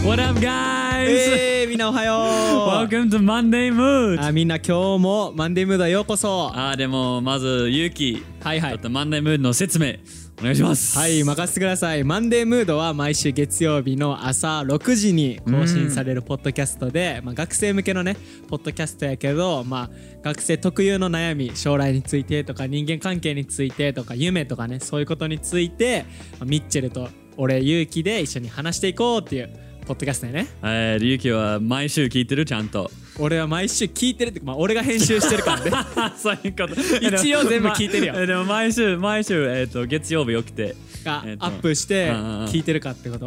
What up, guys? みんなおはよう。 Welcome to Monday Mood. みんな今日もマンデームードへようこそ。 でもまずゆうき、 はいはいちょっと Monday Mood の説明お願いします。 はい、任せてください。マンデームードは毎週月曜日の朝6時に更新されるポッドキャストで、学生向けのねポッドキャストやけど、学生特有の悩み、将来についてとか人間関係についてとか夢とかね、そういうことについて、ミッチェルと俺ゆうきで一緒に話していこうっていうポッドキャストだよね。 ゆうきは毎週聞いてるちゃんと。 俺は毎週聞いてるって、俺が編集してるからね。 そういうこと。 一応全部聞いてるよ。 でも毎週月曜日起きてアップして聞いてるかってこと？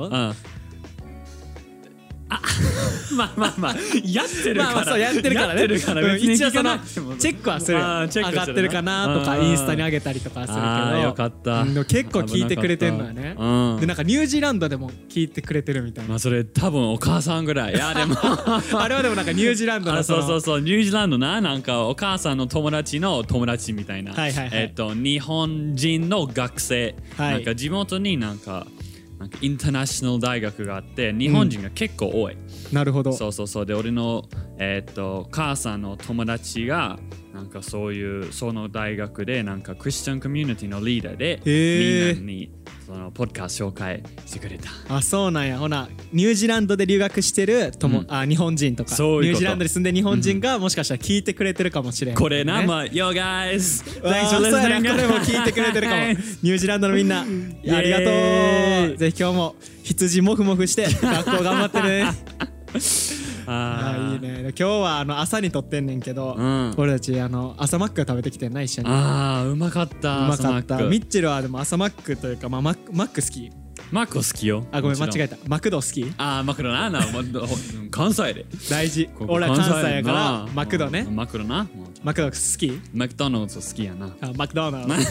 まあやってるからそうやってるからね。一応そのチェックはする。上がってるかなとかインスタに上げたりとかするけど。 よかった。 でも結構聞いてくれてんのよね。でなんかニュージーランドでも聞いてくれてるみたいな。 それ多分お母さんぐらい。いやでもあれはでもなんかニュージーランドのそうニュージーランドなんかお母さんの友達の友達みたいな。日本人の学生。なんか地元になんかインターナショナル大学があって日本人が結構多い。 なるほど。 そうで俺の母さんの友達がなんかそういうその大学でなんかクリスチャンコミュニティのリーダーでみんなにそのポッドキャスト紹介してくれた。 そうなんや。ほなニュージーランドで留学してる日本人とかニュージーランドに住んでる日本人がもしかしたら聞いてくれてるかもしれん、ね。これな、Yo guys! Thanks for listening! これも聞いてくれてるかも。ニュージーランドのみんなありがとう。ぜひ今日も羊もふもふして学校頑張ってね。いいね。今日は朝に撮ってんねんけど、俺たち朝マック食べてきてんな一緒に。 うまかった。 ミッチェルはでも朝マックというか、マック好き。 マック好きよ。 ごめん間違えた。マクド好き？ マクドな。関西で大事。俺は関西やからマクドね。 マクドな。 マクド好き？ マクドナルド好きやな。 マクドナルド。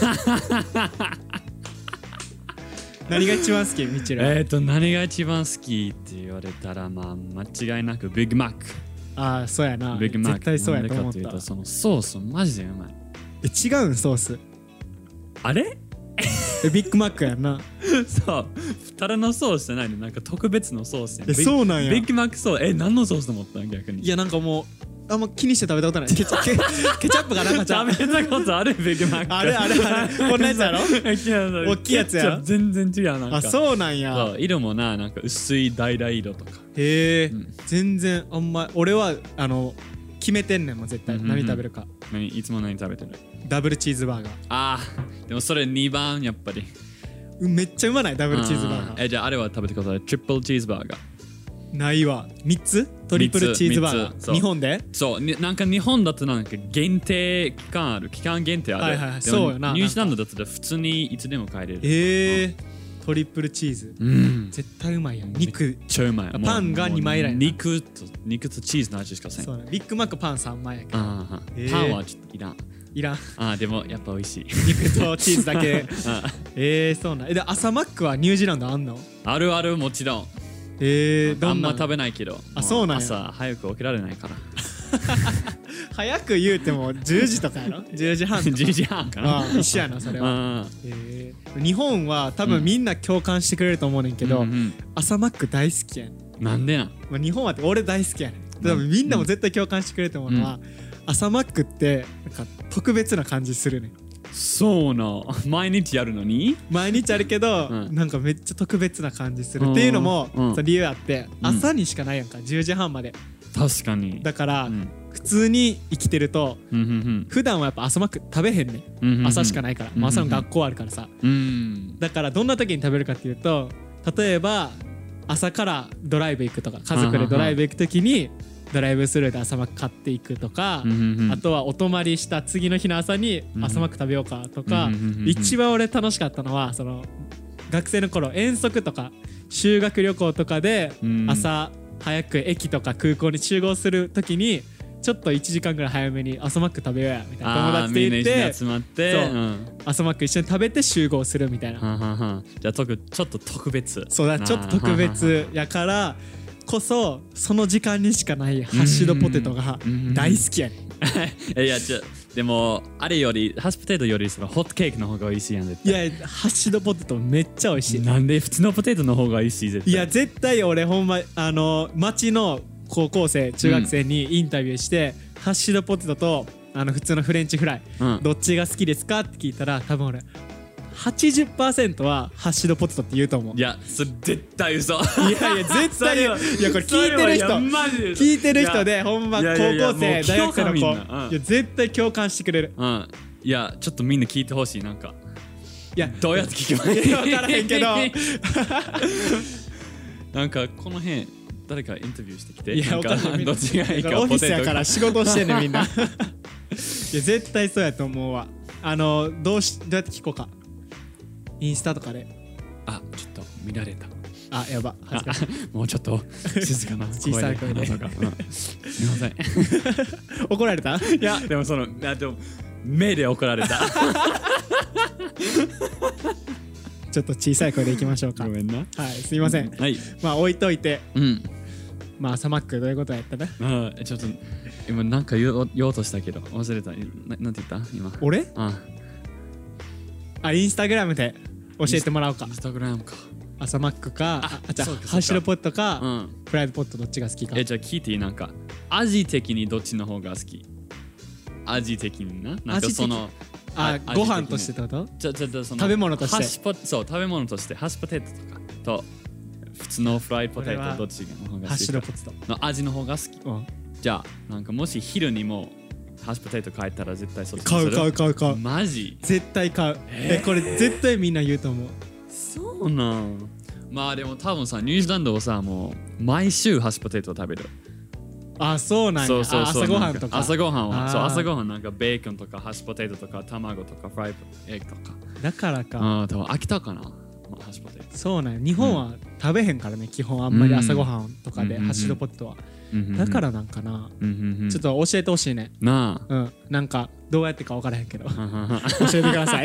何が一番好き？ミッチェル。 何が一番好きって言われたら間違いなくビッグマック。 そうやな。 ビッグマック。 絶対そうやと思った。 なんでかというとそのソースマジでうまい。 違うんソース。 あれ？ ビッグマックやんな。 そうただのソースじゃないの。なんか特別のソースやん。 そうなんや。 ビッグマックソース。何のソースと思ったん逆に。 いやなんかもうあんま気にして食べたことない。ケチャップがなんかちゃう。 食べたことあるビッグマック。 あれこんなやつやろ。大きいやつやろ。 全然違う。なんかそうなんや。 色もなんか薄い橙色とか。 全然あんま俺は決めてんねんもん絶対。何食べるか。 いつも何食べてる？ ダブルチーズバーガー。 でもそれ2番やっぱりめっちゃうまない。ダブルチーズバーガー。 じゃああれは食べてください。トリプルチーズバーガー。 ないわ。3つトリプルチーズバーガー。日本で？ そうなんか日本だとなんか限定期間限定ある。 そうよな。 ニュージーランドだと普通にいつでも買える。 トリプルチーズ絶対うまいやん。肉めっちゃうまい。 パンが2枚以来。 肉とチーズの味しかせん。 ビッグマックパン3枚やけどパンはちょっといらん。でもやっぱ美味しい。 肉とチーズだけ。そうなん。で朝マックはニュージーランドあんの？ あるもちろん。あんま食べないけど。 そうなんや。 朝早く起きられないから。 早く言うても10時とかやろ。10時半とか。 10時半かな。 一緒やなそれは。日本は多分みんな共感してくれると思うねんけど、朝マック大好きやねん。 なんでなん？ 日本は俺大好きやねん。多分みんなも絶対共感してくれると思うのは、朝マックってなんか特別な感じするねん。 そうな。毎日やるのに？ 毎日あるけど、なんかめっちゃ特別な感じするっていうのも理由あって、朝にしかないやんか。10時半まで。 確かに。 だから普通に生きてると普段はやっぱ朝マック食べへんねん。朝しかないから。朝の学校あるからさ。だからどんな時に食べるかっていうと、例えば朝からドライブ行くとか、家族でドライブ行く時にドライブスルーで朝マック買っていくとか、あとはお泊まりした次の日の朝に朝マック食べようかとか。一番俺楽しかったのはその学生の頃遠足とか修学旅行とかで朝早く駅とか空港に集合する時にちょっと1時間ぐらい早めに朝マック食べようやみたいな友達と言って集まって朝マック一緒に食べて集合するみたいな。 じゃあちょっと特別。 そうだ、ちょっと特別やからこそその時間にしかないハッシュドポテトが大好きやねん。 いやでもあれよりハッシュポテトよりそのホットケーキの方が美味しいやん絶対。 いやハッシュドポテトめっちゃ美味しい。 なんで普通のポテトの方が美味しい絶対。 いや絶対俺ほんま町の高校生中学生にインタビューして、ハッシュドポテトと普通のフレンチフライ、どっちが好きですかって聞いたら多分俺80% はハッシュドポテトって言うと思う。 いやそれ絶対嘘。 いやいや絶対言う。いやこれ聞いてる人でほんま高校生大学生の子、いや絶対共感してくれる。 いやちょっとみんな聞いてほしい。なんかいやどうやって聞けばいい分からへんけどなんかこの辺誰かインタビューしてきて。 いやどっちがいいか。 オフィスやから仕事してんねみんな。いや絶対そうやと思うわ。どうやって聞こうか。インスタとかで。 あちょっと見られた。 あやば恥ずかしい。 もうちょっと静かな小さい声で。 すみません。 怒られた？ いやでもでも目で怒られた。 ちょっと小さい声でいきましょうか。 ごめんな。 はいすいません。 はい。 まあ置いといて。まあ朝マックどういうことやったね。 ちょっと今なんか言おうとしたけど忘れた。なんて言った今。 俺？インスタグラムで教えてもらおうか。 インスタグラムか。 朝マックかじゃあハッシュドポテトかフライドポテトどっちが好きか。 じゃあ聞いていい？なんか味的にどっちの方が好き？味的にな。なんかそのご飯としてってこと？ その食べ物として。 そう食べ物としてハッシュポテトとかと普通のフライドポテトどっちの方が好きか？ ハッシュドポテトの味の方が好き。じゃあなんかもし昼にもハッシュポテト買えたら絶対そっちにする。 買うマジ？ 絶対買う。これ絶対みんな言うと思う。 そうなん。まあでも多分さニュージーランドはさもう毎週ハッシュポテトを食べる。 そうなんや。朝ごはんとか。 朝ごはんはそう朝ごはんなんかベーコンとかハッシュポテトとか卵とかフライエッグとか。 だからか。 多分飽きたかなハッシュポテト。 そうなんや。日本は食べへんからね基本あんまり朝ごはんとかでハッシュドポテトは。だからなんかな。ちょっと教えてほしいね。なんかどうやってか分からへんけど教えてください。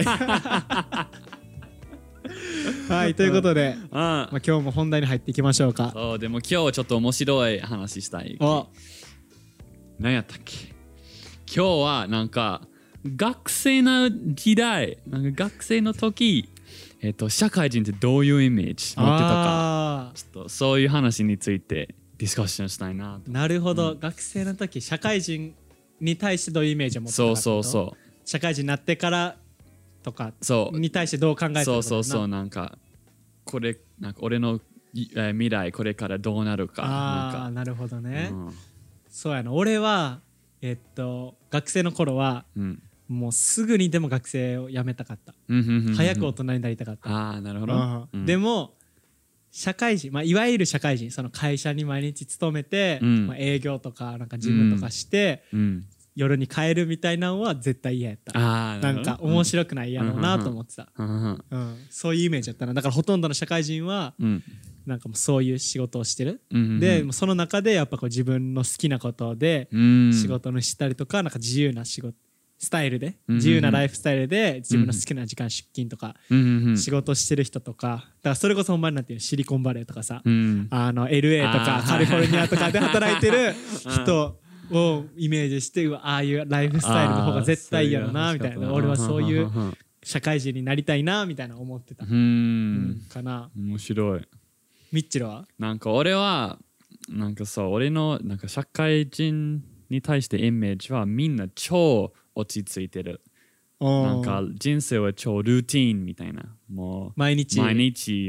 はいということで今日も本題に入っていきましょうか。 そうでも今日はちょっと面白い話したい。何やったっけ。今日はなんか学生の時代なんか学生の時社会人ってどういうイメージ持ってたかちょっとそういう話についてディスカッションしたいな。 なるほど、学生の時社会人に対してどういうイメージを持ってたか。 そう社会人になってからとかに対してどう考えてるか。 そうなんかこれなんか俺の未来これからどうなるか。 なるほどね。そうやな。俺は学生の頃はもうすぐにでも学生を辞めたかった。早く大人になりたかった。 なるほど。 でも社会人、いわゆる社会人その会社に毎日勤めて、営業とかなんか事務とかして、夜に帰るみたいなのは絶対嫌やった。なんか面白くないやろうなと思ってた。そういうイメージだったな。だからほとんどの社会人はなんかもうそういう仕事をしてる。でその中でやっぱこう自分の好きなことで仕事のしたりとかなんか自由な仕事スタイルで自由なライフスタイルで自分の好きな時間出勤とか仕事してる人とか、だからそれこそほんまになんていうシリコンバレーとかさ、LA とかカリフォルニアとかで働いてる人をイメージして、ああいうライフスタイルの方が絶対いいやろなみたいな。俺はそういう社会人になりたいなみたいな思ってたかな。 面白い。 ミッチェルはなんか俺はなんかそう俺のなんか社会人に対してイメージはみんな超落ち着いてる。なんか人生は超ルーティーンみたいな。もう毎日もう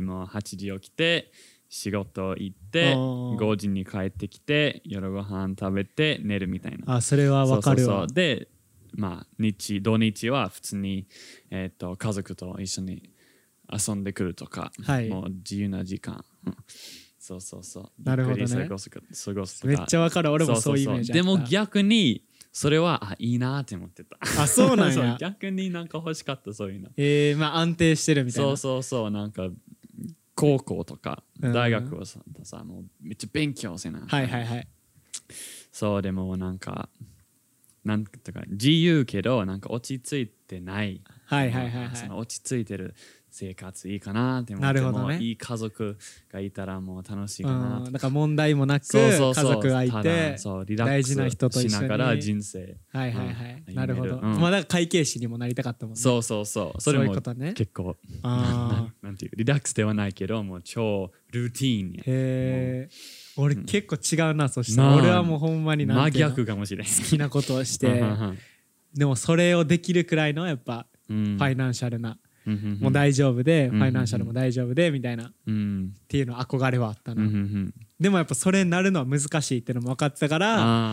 8時起きて仕事行って5時に帰ってきて夜ご飯食べて寝るみたいな。 それはわかるわ。 で土日は普通に家族と一緒に遊んでくるとか、もう自由な時間そうなるほどね。 過ごすとかめっちゃわかる。俺もそういうイメージあった。 でも逆にそれはいいなって思ってた。 そうなんや。 逆になんか欲しかったそういうの。 安定してるみたいな。 そうなんか高校とか大学はさもうめっちゃ勉強せな。そうでもなんか自由けどなんか落ち着いてない。その落ち着いてる生活いいかなって思って、 なるほどね、 もういい家族がいたらもう楽しいかなと。 だから問題もなく家族がいて大事な人と一緒にしながら人生。 はいはいはい、なるほど。まあだから会計士にもなりたかったもんね。 そうそうそう。それも結構なんていうリラックスではないけどもう超ルーティーンに。 へえ。俺結構違うな、そしたら俺はもうほんまに真逆かもしれん。 好きなことをしてでもそれをできるくらいのやっぱファイナンシャルなもう大丈夫で、ファイナンシャルも大丈夫でみたいなっていうの憧れはあったな。でもやっぱそれになるのは難しいっていうのも分かってたから、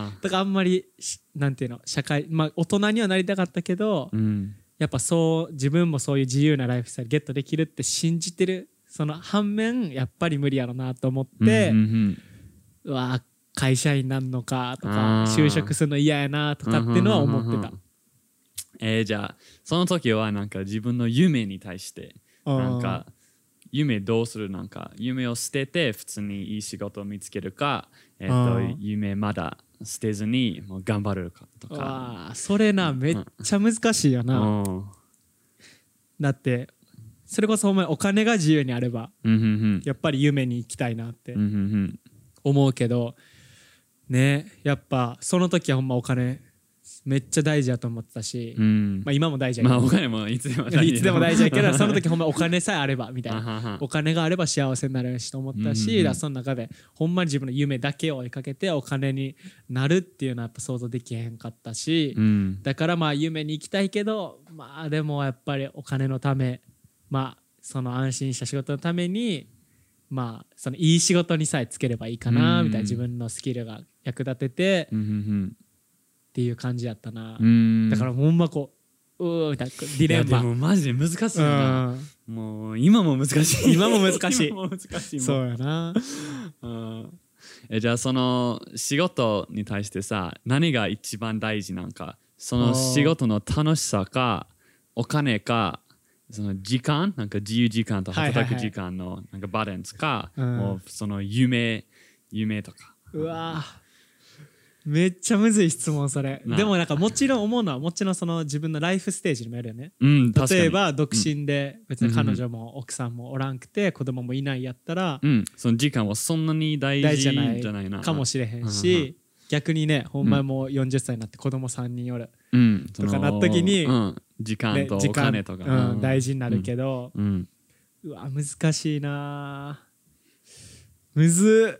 だからあんまりなんていうの社会、まあ大人にはなりたかったけど、やっぱそう自分もそういう自由なライフスタイルゲットできるって信じてるその反面やっぱり無理やろなと思って、うわ会社員になるのかとか就職するの嫌やなとかっていうのは思ってた。 じゃあその時はなんか自分の夢に対してなんか夢どうする、なんか夢を捨てて普通にいい仕事を見つけるか、夢まだ捨てずにもう頑張るかとか。 それなめっちゃ難しいよな。だってそれこそお前お金が自由にあればやっぱり夢に行きたいなって思うけどね、やっぱその時はほんまお金めっちゃ大事だと思ってたし、まあ今も大事やけど、 お金もいつでも大事やけどその時ほんまお金さえあればみたいなお金があれば幸せになれるしと思ったし、その中でほんまに自分の夢だけを追いかけてお金になるっていうのはやっぱ想像できへんかったし、だからまあ夢に行きたいけど、まあでもやっぱりお金のため、まあその安心した仕事のためにまあそのいい仕事にさえつければいいかなみたいな、自分のスキルが役立ててっていう感じやったな。だからほんまこうみたいなディレンマ。 でもマジで難しいな。もう今も難しい。 今も難しい。 今も難しい。 そうやな。 じゃあその仕事に対してさ、何が一番大事なんか、その仕事の楽しさかお金かその時間、なんか自由時間と働く時間のなんかバランスか、もうその夢とか。 うわめっちゃむずい質問それ。でもなんかもちろん思うのはもちろんその自分のライフステージにもよるよね。例えば独身で別に彼女も奥さんもおらんくて子供もいないやったら、 その時間はそんなに大事じゃないなかもしれへんし、逆にねほんまもう40歳になって子供3人おるとかなった時に時間とお金とか大事になるけど、うわ難しいな。むずっ。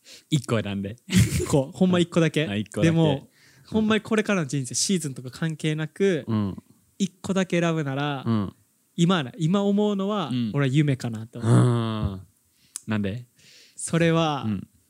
1個選んでほんま1個だけでもほんまにこれからの人生シーズンとか関係なく1個だけ選ぶなら今思うのは俺は夢かなと思う。 なんでそれは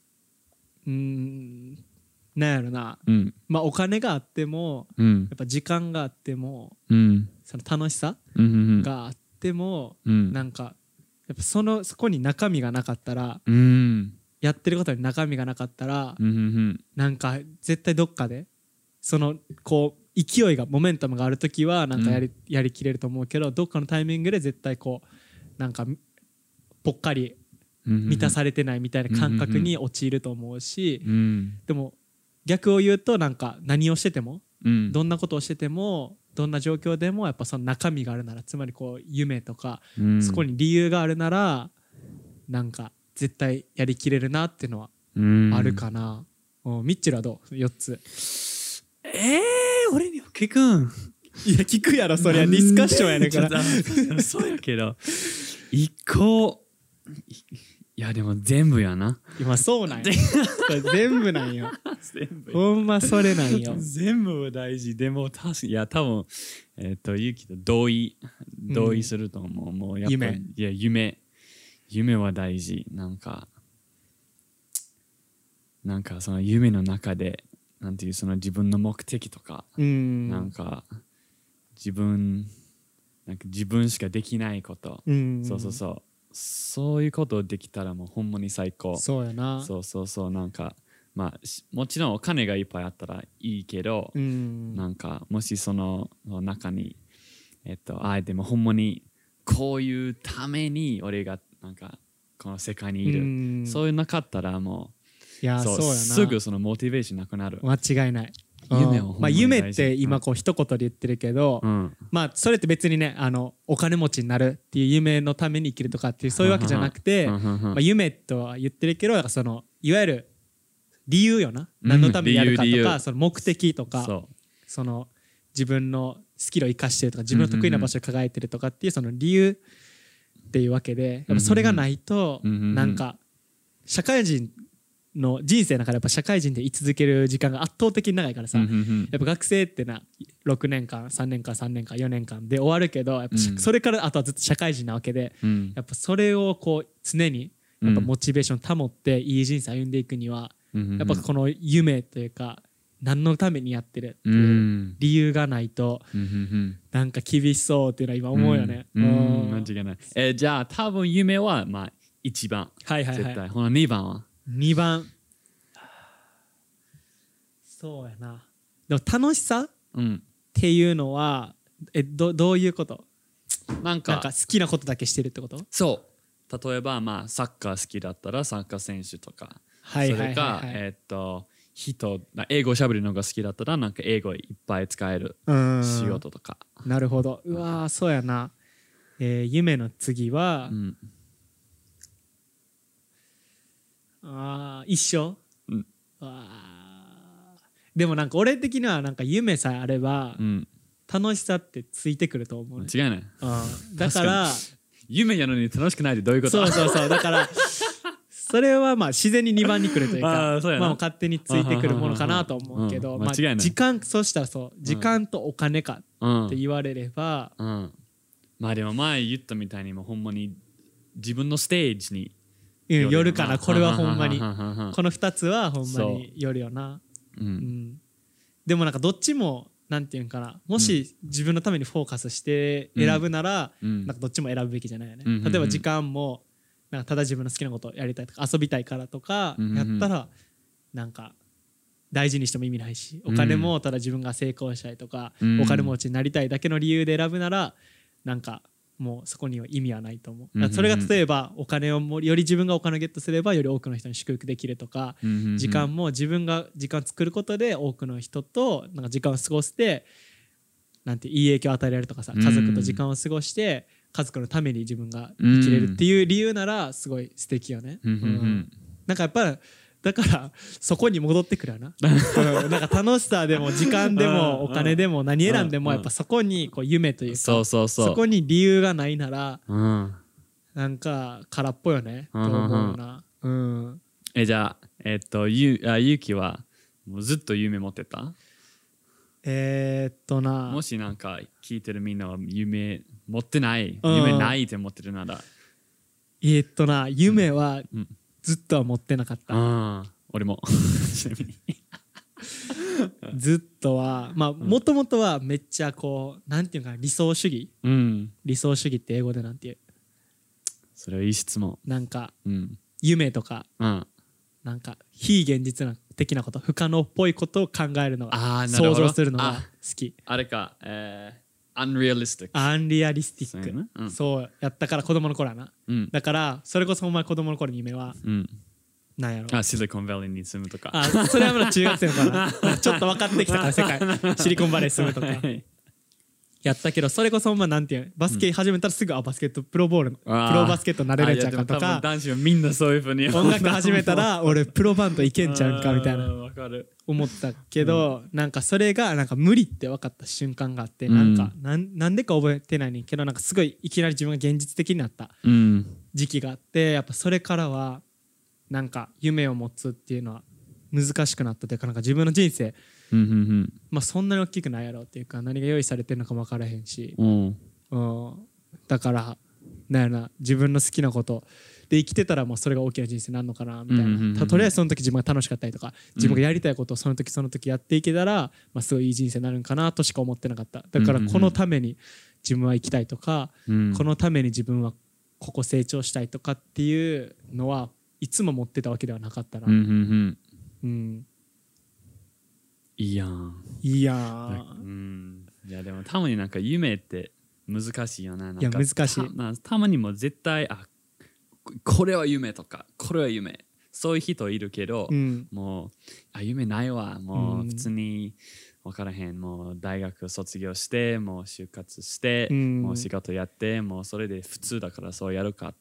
なんやろな、まあお金があってもやっぱ時間があってもその楽しさがあってもなんかやっぱそこに中身がなかったらやってることに中身がなかったらなんか絶対どっかでそのこう勢いがモメンタムがある時はなんかやりきれると思うけど、どっかのタイミングで絶対こうなんかぽっかり満たされてないみたいな感覚に陥ると思うし、でも逆を言うとなんか何をしててもどんなことをしててもどんな状況でもやっぱその中身があるなら、つまりこう夢とかそこに理由があるならなんか絶対やりきれるなっていうのはあるかな。ミッチェルはどう ?4 つ。 俺にも聞くん。 いや聞くやろそりゃディスカッションやねんからそうやけど1個いやでも全部やな。 今そうなんや全部なんよほんまそれなんよ全部は大事。でも多分ゆきと同意すると思う。もうやっぱ夢は大事。なんかその夢の中でなんていうその自分の目的とかなんか自分しかできないこと、そういうことできたらもうほんまに最高。 そうやな。 そうなんかまあもちろんお金がいっぱいあったらいいけど、なんかもしその中にでもほんまにこういうために俺がなんかこの世界にいる、そういうなかったらもういやそうやな、 すぐそのモチベーションなくなる。 間違いない。 夢をまあ夢って今こう一言で言ってるけど、まあそれって別にねお金持ちになるっていう夢のために生きるとかっていうそういうわけじゃなくて、まあ夢とは言ってるけど、そのいわゆる理由よな、何のためにやるかとか、その目的とか、その自分のスキルを生かしてるとか、自分の得意な場所を輝いてるとかっていうその理由っていうわけで、やっぱそれがないとなんか社会人の人生の中でやっぱ社会人で居続ける時間が圧倒的に長いからさ、やっぱ学生ってな6年間3年間3年間4年間で終わるけど、やっぱそれからあとはずっと社会人なわけで、やっぱそれをこう常にやっぱモチベーション保っていい人生歩んでいくには、やっぱこの夢というか何のためにやってるっていう理由がないとなんか厳しそうっていうのは今思うよね。 間違いない。じゃあ多分夢はまあ1番、絶対。ほな2番は 2番、そうやな。でも楽しさっていうのはどういうこと？なんか好きなことだけしてるってこと？ そう、例えばまあサッカー好きだったらサッカー選手とか、それか英語しゃべるのが好きだったらなんか英語いっぱい使える仕事とか。 なるほど。うわー、そうやな。夢の次は、一緒、でもなんか俺的にはなんか夢さえあれば、楽しさってついてくると思う、ね、 違いない。 だから夢やのに楽しくないってどういうこと？ そうだからそれはまあ自然に2番に来るというかまあ勝手についてくるものかなと思うけど、まあ時間、そうしたらそう時間とお金かって言われれば、 まあでも前言ったみたいにもうほんまに自分のステージによるかな。これはほんまにこの2つはほんまによるよな。でもなんかどっちもなんていうんかな、もし自分のためにフォーカスして選ぶなら、なんかどっちも選ぶべきじゃないよね。例えば時間もなんかただ自分の好きなことをやりたいとか遊びたいからとかやったらなんか大事にしても意味ないし、お金もただ自分が成功したいとかお金持ちになりたいだけの理由で選ぶならなんかもうそこには意味はないと思う。それが例えばお金をより自分がお金をゲットすればより多くの人に祝福できるとか、時間も自分が時間作ることで多くの人となんか時間を過ごしてなんていい影響を与えられるとかさ、家族と時間を過ごして家族のために自分が生きれるっていう理由ならすごい素敵よね。なんかやっぱりだからそこに戻ってくるよな。なんか楽しさでも時間でもお金でも何選んでもやっぱそこにこう夢というかそこに理由がないならなんか空っぽよねと思うな。 じゃあゆうきはもうずっと夢持ってた？もしなんか聞いてるみんなは夢持ってない、夢ないって思ってるなら夢はずっとは持ってなかった。 俺もずっとはまあもともとはめっちゃこうなんていうか理想主義、理想主義って英語でなんていう？ それはいい質問。 なんか、夢とか、なんか非現実的なこと不可能っぽいことを考えるのが想像するのが好き。 あれか、アンリアリスティック、そうやったから子供の頃はな、だからそれこそお前子供の頃の夢は、なんやろ、 シリコンバレーに住むとか。 それはまだ中学生の頃なちょっと分かってきたから世界シリコンバレー住むとかやったけど、それこそなんていうバスケ始めたらすぐバスケットプロバスケットになれるんちゃうかとか、 男子はみんなそういうふうに音楽始めたら俺プロバンドいけんちゃうんかみたいな思ったけど、なんかそれがなんか無理って分かった瞬間があって、なんかなんでか覚えてないねんけど、なんかすごいいきなり自分が現実的になった時期があって、やっぱそれからはなんか夢を持つっていうのは難しくなったというか、なんか自分の人生まあそんなに大きくないやろっていうか、何が用意されてるのかも分からへんし、だからなんやな、自分の好きなことで生きてたらまあそれが大きな人生になるのかなみたいな、とりあえずその時自分が楽しかったりとか自分がやりたいことをその時その時やっていけたら、まあすごいいい人生になるんかなとしか思ってなかった。だからこのために自分は生きたいとか、このために自分はここ成長したいとかっていうのはいつも持ってたわけではなかったな。 いいやん。いやでもたまになんか夢って難しいよな。 いや難しい。 たまにも絶対これは夢とかこれは夢、 そういう人いるけど、もう夢ないわ、もう普通に分からへん、もう大学卒業してもう就活して、もう仕事やってもうそれで普通だからそうやるかって、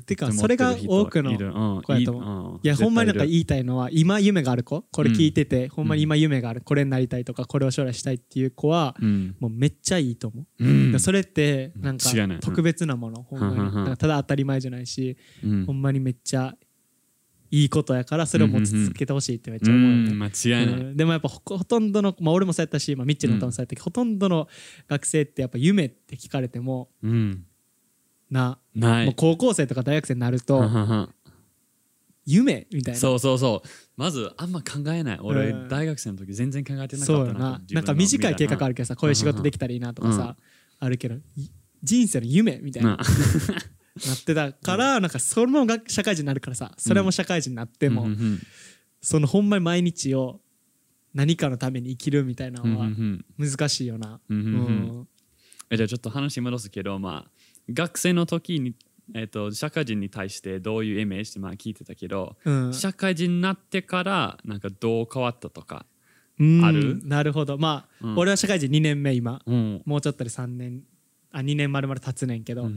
てかそれが多くの子やと思う。いやほんまになんか言いたいのは、今夢がある子、これ聞いてて、ほんまに今夢がある、これになりたいとかこれを将来したいっていう子は、もうめっちゃいいと思う。それってなんか特別なもの、ほんまになんかただ当たり前じゃないし、ほんまにめっちゃいいことやから、それを持ち続けてほしいってめっちゃ思うよね。 間違いない。 でもやっぱほとんどの、俺もそうやったし、ミッチェルのもそうやったけど、ほとんどの学生ってやっぱ夢って聞かれても、もう高校生とか大学生になると夢みたいな。 そうまずあんま考えない。俺大学生の時全然考えてなかったな。 なんか短い計画あるけどさ、こういう仕事できたらいいなとかさあるけど、人生の夢みたいななってたから、なんかそれも社会人になるからさ、それも社会人になっても、そのほんまに毎日を何かのために生きるみたいなのは難しいよな。 じゃあちょっと話戻すけど、学生の時に、社会人に対してどういうイメージって聞いてたけど、社会人になってからなんかどう変わったとかある？ なるほど。俺は社会人2年目今、もうちょっとで3年2年丸々経つねんけど、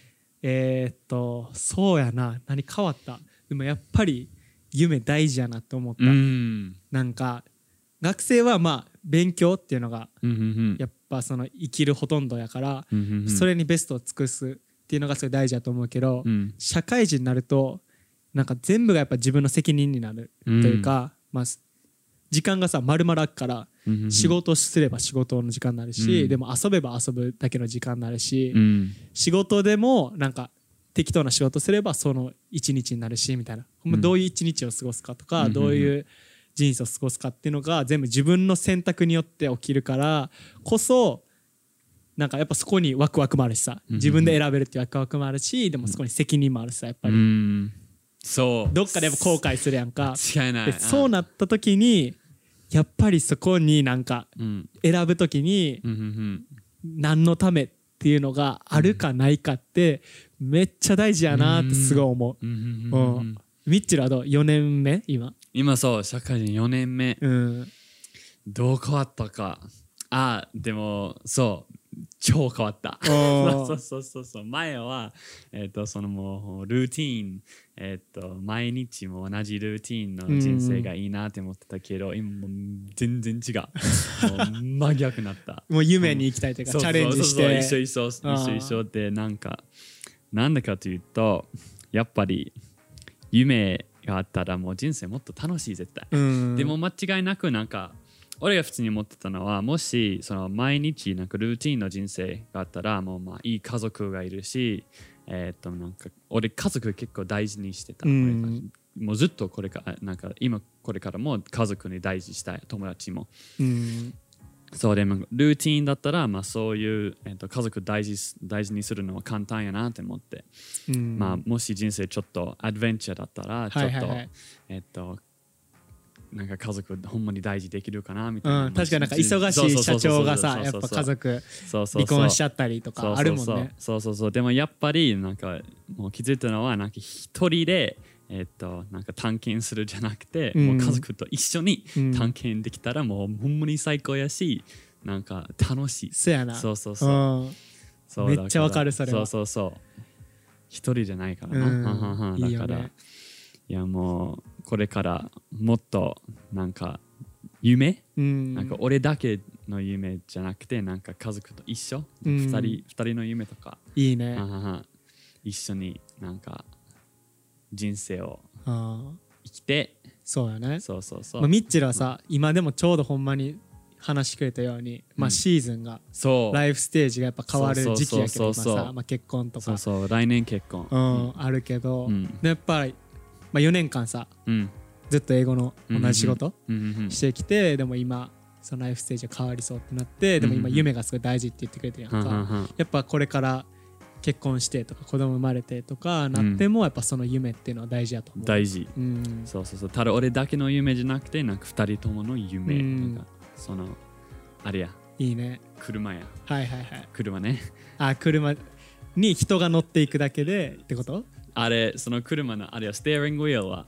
そうやな、何変わった？でもやっぱり夢大事やなって思った。なんか学生は勉強っていうのがやっぱその生きるほとんどやから、それにベストを尽くすっていうのがすごい大事だと思うけど、社会人になるとなんか全部がやっぱ自分の責任になるというか、時間がさ丸々あるから、仕事すれば仕事の時間になるし、でも遊べば遊ぶだけの時間になるし、仕事でもなんか適当な仕事すればその一日になるしみたいな、どういう一日を過ごすかとか、どういう人生を過ごすかっていうのが全部自分の選択によって起きるからこそ、なんかやっぱそこにワクワクもあるしさ、自分で選べるっていうワクワクもあるし、でもそこに責任もあるしさ、やっぱりそうどっかでやっぱ後悔するやんか。 違いない。 そうなった時にやっぱりそこになんか選ぶ時に何のためっていうのがあるかないかってめっちゃ大事やなってすごい思う。ミッチェルはどう？ 4 年目今そう社会人4年目、どう変わったか。でもそう超変わった。そう前はそのもうルーティーン、毎日も同じルーティーンの人生がいいなって思ってたけど、今もう全然違う。もう真逆になった。 もう夢に行きたいというか、チャレンジして一緒で、なんでかというとやっぱり夢があったらもう人生もっと楽しい絶対。でも間違いなくなんか俺が普通に思ってたのは、もしその毎日なんかルーティンの人生があったらもういい家族がいるし、なんか俺家族結構大事にしてた。もうずっとこれからなんか今これからも家族に大事したい、友達も。そうでもルーティンだったらそういう、家族大事にするのは簡単やなって思って、もし人生ちょっとアドベンチャーだったらちょっと、なんか家族ほんまに大事できるかなみたいな。 確かになんか忙しい社長がさ、やっぱ家族離婚しちゃったりとかあるもんね。 でもやっぱりなんかもう気づいたのは、なんか一人でなんか探検するじゃなくて、もう家族と一緒に探検できたらもうほんまに最高やし、なんか楽しい。 そうやな。 そうめっちゃわかるそれは。 一人じゃないからな。だからいやもうこれからもっとなんか夢、なんか俺だけの夢じゃなくて、なんか家族と一緒、二人の夢とかいいね。 一緒になんか人生を生きて。 そうやね。ミッチェルはさ、今でもちょうどほんまに話してくれたように、シーズンがライフステージがやっぱ変わる時期やけど、今さ、結婚とか来年結婚あるけど、やっぱり4年間さ、ずっと英語の同じ仕事してきて、でも今そのライフステージが変わりそうってなって、でも今夢がすごい大事って言ってくれてるやんか。やっぱこれから結婚してとか子供生まれてとかなっても、やっぱその夢っていうのは大事だと思う。 大事。ただ俺だけの夢じゃなくて、なんか2人ともの夢、なんかそのあれや、 いいね、 車や。車ね。 車に人が乗っていくだけでってこと？ あれ、その車のあれはステアリングウィールは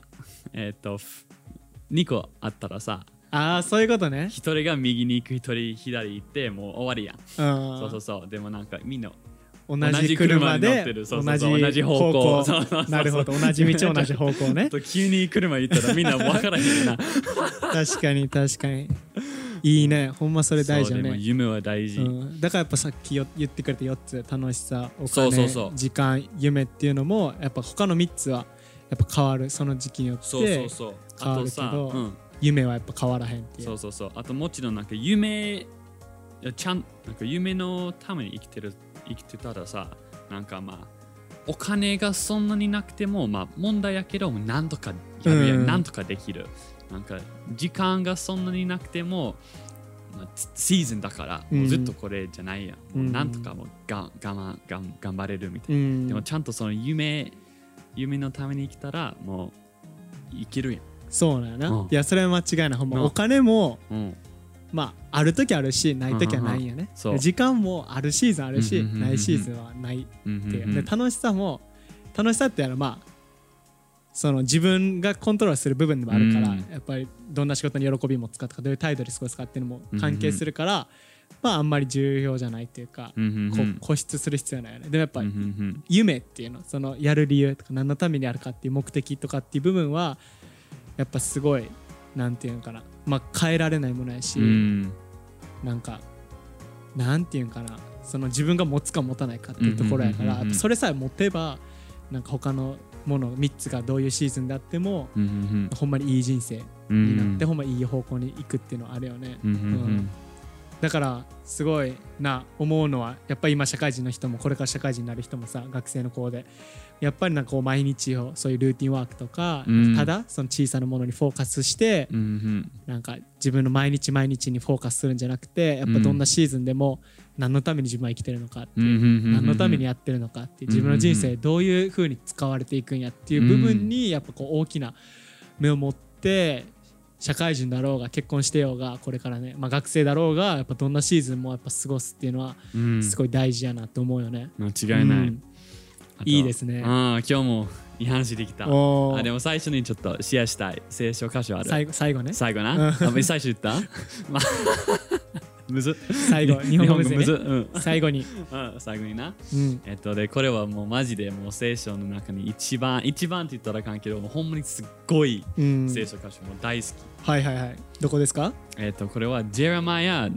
2個あったらさ、 そういうことね。 1人が右に行く、1人左行って、もう終わりやん。そうそうそう。でもなんかみんな同じ車で同じ方向。なるほど、同じ道同じ方向ね。 急に車行ったらみんな分からへんな。 確かに確かに。いいね、ほんまそれ大事よね。 夢は大事、 だからやっぱさっき言ってくれた4つ、楽しさ、お金、時間、夢っていうのもやっぱ他の3つはやっぱ変わる、その時期によって変わるけど、夢はやっぱ変わらへんっていう。 そう。あともちろんなんか夢のために生きてたらさ、なんかまあお金がそんなになくてもまあ問題やけどなんとかやるやん、なんとかできる。なんか時間がそんなになくても、まあ、シーズンだからもうずっとこれじゃないやん、もうなんとかも頑張れるみたいな、でもちゃんとその夢のために生きたらもう生きるやん。 そうなんやな、いやそれは間違いない。ほんまお金も、まあある時あるしない時はないんやね。時間もあるシーズンあるし、ないシーズンはないっていう。で楽しさってやる、まあその自分がコントロールする部分でもあるから、やっぱりどんな仕事に喜びも使うとかどういう態度で過ごすかっていうのも関係するから、まああんまり重要じゃないっていうか、固執する必要ないよね。でもやっぱり夢っていうの、そのやる理由とか何のためにあるかっていう目的とかっていう部分はやっぱすごいなんていうのかな、まあ変えられないものやし、なんかなんていうのかな、その自分が持つか持たないかっていうところやから、それさえ持てばなんか他のもの3つがどういうシーズンであっても、ほんまにいい人生になって、ほんまにいい方向に行くっていうのはあるよね。だからすごいな思うのは、やっぱり今社会人の人もこれから社会人になる人もさ、学生の子でやっぱりなんかこう毎日をそういうルーティンワークとか、ただその小さなものにフォーカスして、なんか自分の毎日毎日にフォーカスするんじゃなくて、やっぱどんなシーズンでも何のために自分は生きてるのかっていう、何のためにやってるのかっていう、自分の人生どういう風に使われていくんやっていう部分にやっぱこう大きな目を持って、社会人だろうが結婚してようがこれからね、まあ、学生だろうがやっぱどんなシーズンもやっぱ過ごすっていうのはすごい大事やなと思うよね。 間違いない、 いいですね。 今日もいい話できた。でも最初にちょっとシェアしたい聖書箇所ある。 最後ね。 最後な。最初言ったむず最後日本語むず、最後に最後にな、でこれはもうマジでもう聖書の中に一番って言ったらあかんけど、もうほんまにすっごい聖書箇所も大好き。 はいはいはい。どこですか？ これはジェレマヤ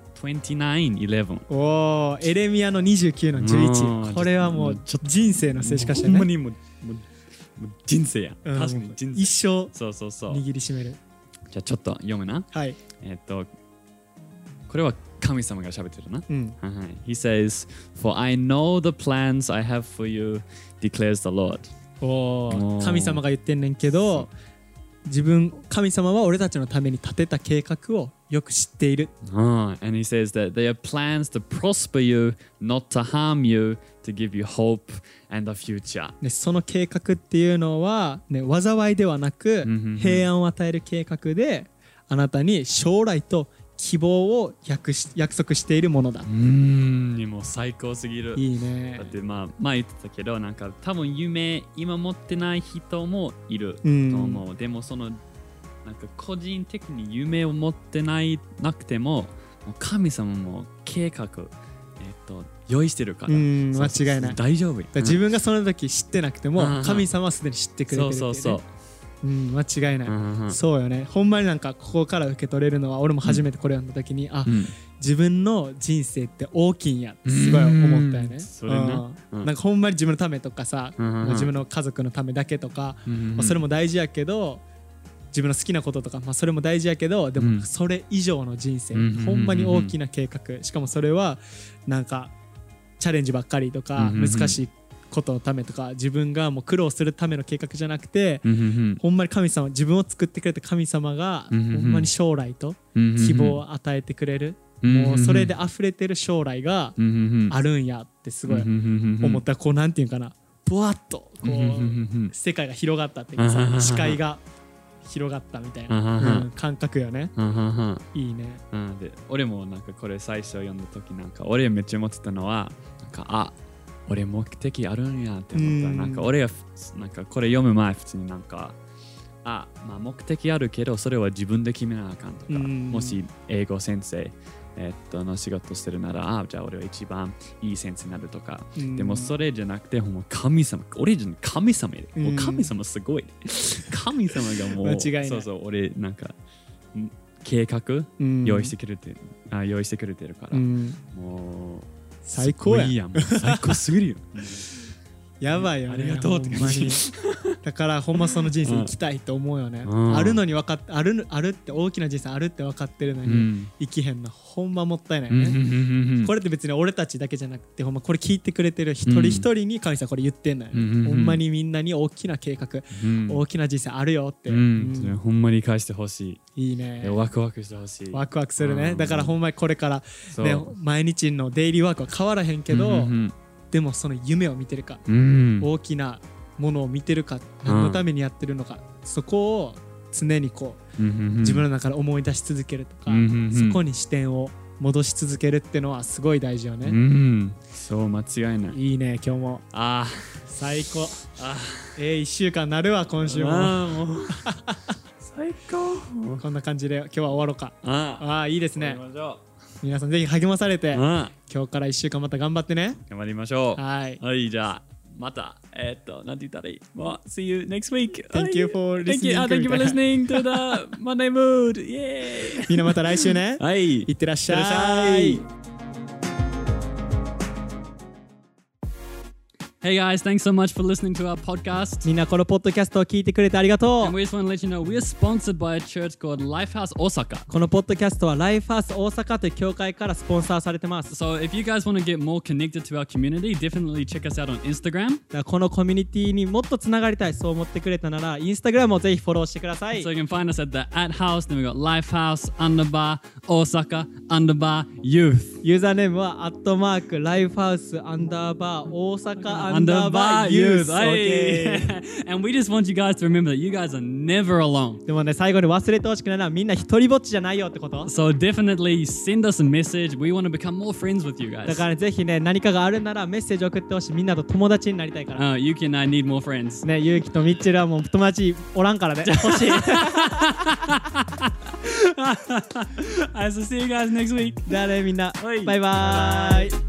29:11。 おー、エレミヤの29の11。これはもう人生の聖書箇所ね。 ほんまにもう人生や。確かに人生。 一生握りしめる。 じゃあちょっと読むな。 はい。 これは神様が喋ってるな。He says, For I know the plans I have for you, declares the Lord. 神様が言ってんねんけど、神様は俺たちのために立てた計画をよく知っている。 And he says that they are plans to prosper you, not to harm you, to give you hope and a future. その計画っていうのは、災いではなく、平安を与える計画で、あなたに将来と希望を約束しているものだ。 もう最高すぎる。 いいね。 だってまあ言ってたけど、なんか多分夢今持ってない人もいると思う。でもそのなんか個人的に夢を持ってなくても、神様も計画用意してるから。 間違いない。 大丈夫。 自分がその時知ってなくても、神様はすでに知ってくれてるっていうね。そう。間違いない。そうよね。ほんまになんかここから受け取れるのは、俺も初めてこれ読んだ時に、自分の人生って大きいんやってすごい思ったよね。なんかほんまに自分のためとかさ、自分の家族のためだけとか、それも大事やけど、自分の好きなこととか、それも大事やけど、でもそれ以上の人生、ほんまに大きな計画、しかもそれはなんかチャレンジばっかりとか、難しいことのためとか、自分がもう苦労するための計画じゃなくて、ほんまに神様、自分を作ってくれた神様がほんまに将来と希望を与えてくれる、もうそれで溢れてる将来があるんやってすごい思った。こうなんていうかな、ブワッとこう世界が広がったっていうかさ、視界が広がったみたいな感覚よね。いいね。 で俺もなんかこれ最初読んだ時、なんか俺めっちゃ思ってたのは、なんか俺目的あるんやって思った。なんか俺がなんかこれ読む前普通になんかまあ、目的あるけどそれは自分で決めなあかんとか、もし英語先生の仕事してるなら、じゃあ俺は一番いい先生になるとか、でもそれじゃなくて、もう神様、俺じゃ神様で、もう神様すごい。神様がもう、 間違いない。 そうそう、俺なんか、計画、用意してくれてるから、もう、 最高や。 もう最高すぎるよ。 やばいよね。 ありがとうって感じ。 だからほんまその人生生きたいと思うよね。あるのに分かってあるって大きな人生あるって分かってるのに生きへんのほんまもったいないよね。これって別に俺たちだけじゃなくてほんまこれ聞いてくれてる一人一人に神様これ言ってんのよ。ほんまにみんなに大きな計画、大きな人生あるよって。 ほんまに返してほしい。 いいね。 ワクワクしてほしい。 ワクワクするね。だからほんまにこれからね毎日のデイリーワークは変わらへんけど。でもその夢を見てるか、大きなものを見てるか、何のためにやってるのか、そこを常にこう、自分の中で思い出し続けるとか、そこに視点を戻し続けるっていうのはすごい大事よね。 そう間違いない。 いいね今日も。最高。1週間なるわ今週も。最高。こんな感じで今日は終わろうか。いいですね。皆さんぜひ励まされて、今日から1週間また頑張ってね。 頑張りましょう。 はい。 はい、じゃあまたなんて言ったらいい？See you next week. Thank you for listening. Thank you for listening to the Monday Mood. Yay! みんなまた来週ね。 はい。 いってらっしゃい。 Hey guys, thanks so much for listening to our podcast. みんなこのポッドキャストを聞いてくれてありがとう。 And we just want to let you know we are sponsored by a church called Lifehouse Osaka. このポッドキャストは Lifehouse 大阪という教会からスポンサーされてます。 So if you guys want to get more connected to our community, definitely check us out on Instagram. このコミュニティにもっとつながりたい、そう思ってくれたなら Instagram をぜひフォローしてください。 So you can find us at the @house, then we got Lifehouse _Osaka _youth. ユーザーネームは@Lifehouse大阪 _youth. And we just want you guys to remember that you guys are never alone. でもね、最後に忘れてほしくないのはみんな一人ぼっちじゃないよってこと。 So definitely send us a message. We want to become more friends with you guys. だから、ぜひね、何かがあるならメッセージ送ってほしい。みんなと友達になりたいから。 Yuki and I need more friends. ね、ユウキとミッチェルはもう友達おらんからね。欲しい。 So see you guys next week. じゃあね、みんな。バイバイ。